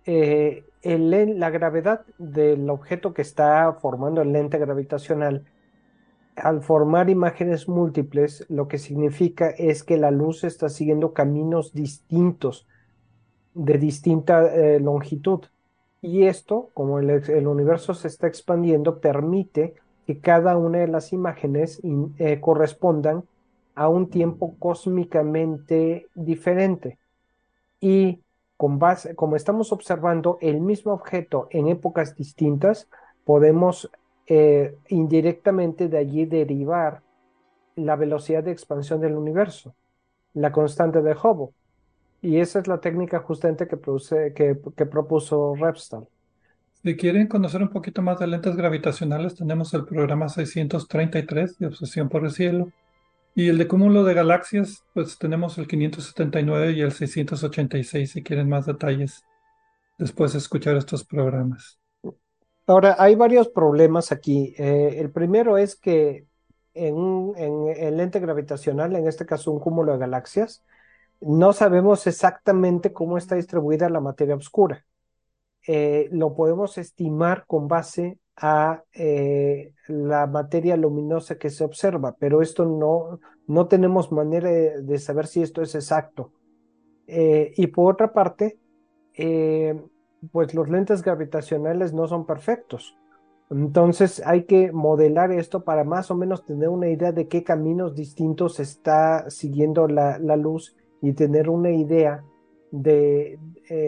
La gravedad del objeto que está formando el lente gravitacional, al formar imágenes múltiples, lo que significa es que la luz está siguiendo caminos distintos, de distinta longitud. Y esto, como el universo se está expandiendo, permite que cada una de las imágenes correspondan a un tiempo cósmicamente diferente. Y como estamos observando el mismo objeto en épocas distintas, podemos indirectamente de allí derivar la velocidad de expansión del universo, la constante de Hubble. Y esa es la técnica justamente que propuso Repstal. Si quieren conocer un poquito más de lentes gravitacionales, tenemos el programa 633 de Obsesión por el Cielo. Y el de cúmulo de galaxias, pues tenemos el 579 y el 686 si quieren más detalles después de escuchar estos programas. Ahora, hay varios problemas aquí. El primero es que en el lente gravitacional, en este caso un cúmulo de galaxias, no sabemos exactamente cómo está distribuida la materia oscura. Lo podemos estimar con base a la materia luminosa que se observa, pero no tenemos manera de saber si esto es exacto. Y por otra parte, eh, pues los lentes gravitacionales no son perfectos. Entonces hay que modelar esto para más o menos tener una idea de qué caminos distintos está siguiendo la luz y tener una idea de,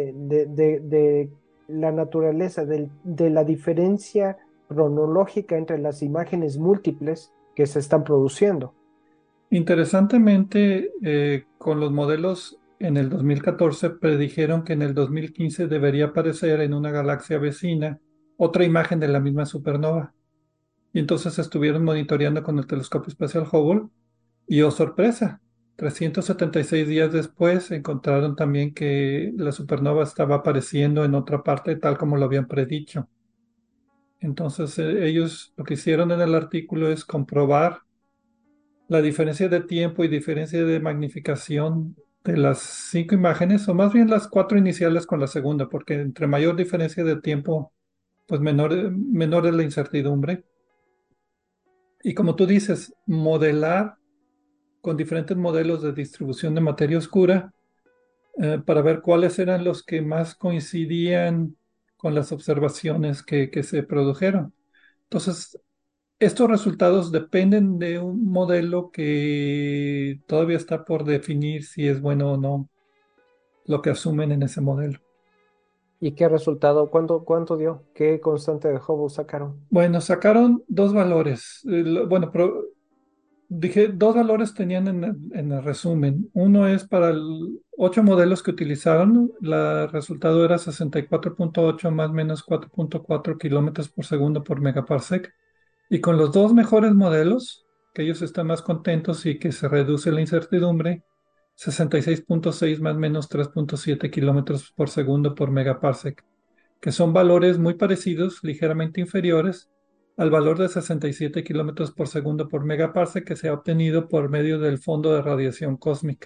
de la naturaleza, de la diferencia cronológica entre las imágenes múltiples que se están produciendo. Interesantemente, con los modelos en el 2014 predijeron que en el 2015 debería aparecer en una galaxia vecina otra imagen de la misma supernova. Y entonces estuvieron monitoreando con el telescopio espacial Hubble y, oh sorpresa, 376 días después encontraron también que la supernova estaba apareciendo en otra parte tal como lo habían predicho. Entonces, ellos lo que hicieron en el artículo es comprobar la diferencia de tiempo y diferencia de magnificación de las 5 imágenes, o más bien las 4 iniciales con la segunda, porque entre mayor diferencia de tiempo, pues menor es la incertidumbre. Y como tú dices, modelar con diferentes modelos de distribución de materia oscura para ver cuáles eran los que más coincidían con las observaciones que se produjeron. Entonces, estos resultados dependen de un modelo que todavía está por definir si es bueno o no lo que asumen en ese modelo. ¿Y qué resultado? ¿Cuánto dio? ¿Qué constante de Hubble sacaron? Bueno, sacaron dos valores. Dije, dos valores tenían en el resumen. Uno es para 8 modelos que utilizaron. El resultado era 64.8 más menos 4.4 kilómetros por segundo por megaparsec. Y con los dos mejores modelos, que ellos están más contentos y que se reduce la incertidumbre, 66.6 más menos 3.7 kilómetros por segundo por megaparsec, que son valores muy parecidos, ligeramente inferiores al valor de 67 kilómetros por segundo por megaparsec que se ha obtenido por medio del fondo de radiación cósmica.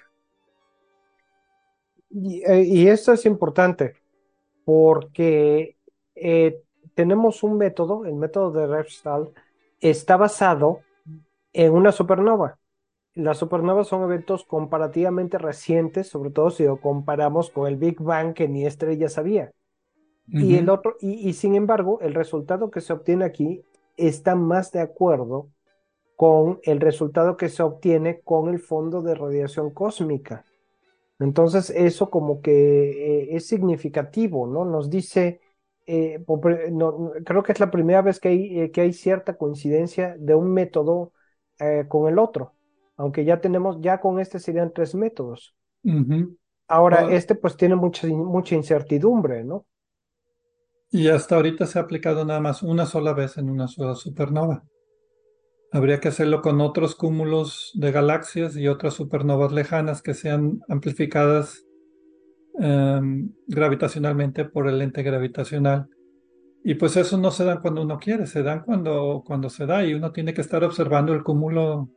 Y esto es importante porque tenemos un método, el método de Repstall, está basado en una supernova. Las supernovas son eventos comparativamente recientes, sobre todo si lo comparamos con el Big Bang, que ni estrellas había. Y el otro, y sin embargo, el resultado que se obtiene aquí está más de acuerdo con el resultado que se obtiene con el fondo de radiación cósmica. Entonces, eso como que es significativo, ¿no? Nos dice, creo que es la primera vez que hay cierta coincidencia de un método con el otro, aunque ya con este serían 3 métodos. Ahora, este pues tiene mucha incertidumbre, ¿no? Y hasta ahorita se ha aplicado nada más una sola vez en una sola supernova. Habría que hacerlo con otros cúmulos de galaxias y otras supernovas lejanas que sean amplificadas gravitacionalmente por el lente gravitacional. Y pues eso no se dan cuando uno quiere, se dan cuando se da y uno tiene que estar observando el cúmulo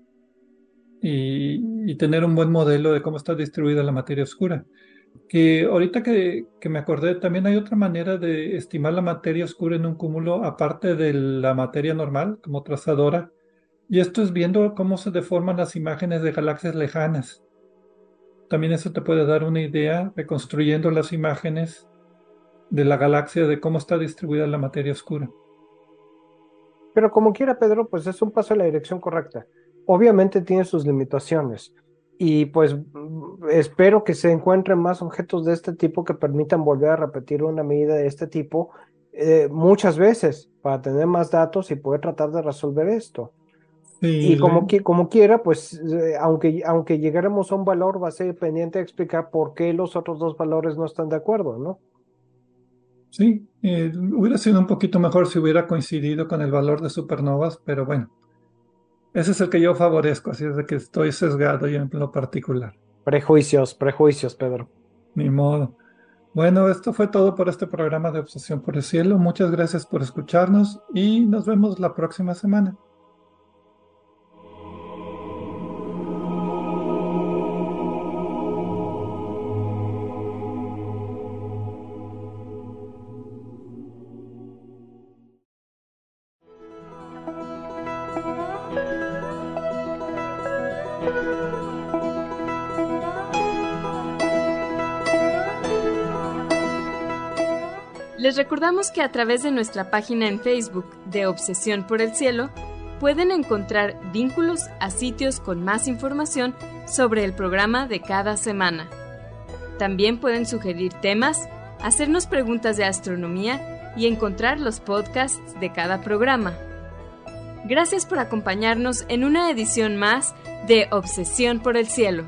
y tener un buen modelo de cómo está distribuida la materia oscura. Que ahorita que me acordé, también hay otra manera de estimar la materia oscura en un cúmulo, aparte de la materia normal, como trazadora, y esto es viendo cómo se deforman las imágenes de galaxias lejanas. También eso te puede dar una idea, reconstruyendo las imágenes de la galaxia, de cómo está distribuida la materia oscura. Pero como quiera, Pedro, pues es un paso en la dirección correcta. Obviamente tiene sus limitaciones. Y pues espero que se encuentren más objetos de este tipo que permitan volver a repetir una medida de este tipo muchas veces para tener más datos y poder tratar de resolver esto. Sí, y como quiera, pues aunque llegáramos a un valor, va a ser pendiente de explicar por qué los otros dos valores no están de acuerdo, ¿no? sí, hubiera sido un poquito mejor si hubiera coincidido con el valor de supernovas, pero bueno, ese es el que yo favorezco, así es de que estoy sesgado yo en lo particular. Prejuicios, Pedro. Ni modo. Bueno, esto fue todo por este programa de Obsesión por el Cielo. Muchas gracias por escucharnos y nos vemos la próxima semana. Les recordamos que a través de nuestra página en Facebook de Obsesión por el Cielo pueden encontrar vínculos a sitios con más información sobre el programa de cada semana. También pueden sugerir temas, hacernos preguntas de astronomía y encontrar los podcasts de cada programa. Gracias por acompañarnos en una edición más de Obsesión por el Cielo.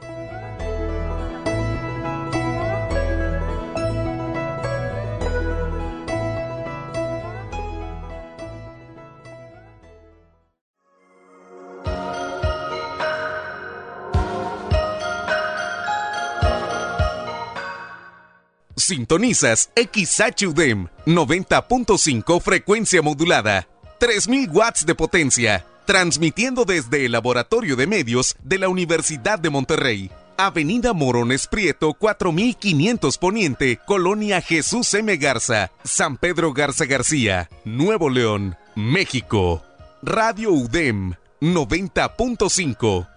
Sintonizas XHUDEM 90.5 frecuencia modulada, 3000 watts de potencia, transmitiendo desde el Laboratorio de Medios de la Universidad de Monterrey. Avenida Morones Prieto, 4500 Poniente, Colonia Jesús M. Garza, San Pedro Garza García, Nuevo León, México. Radio UDEM 90.5.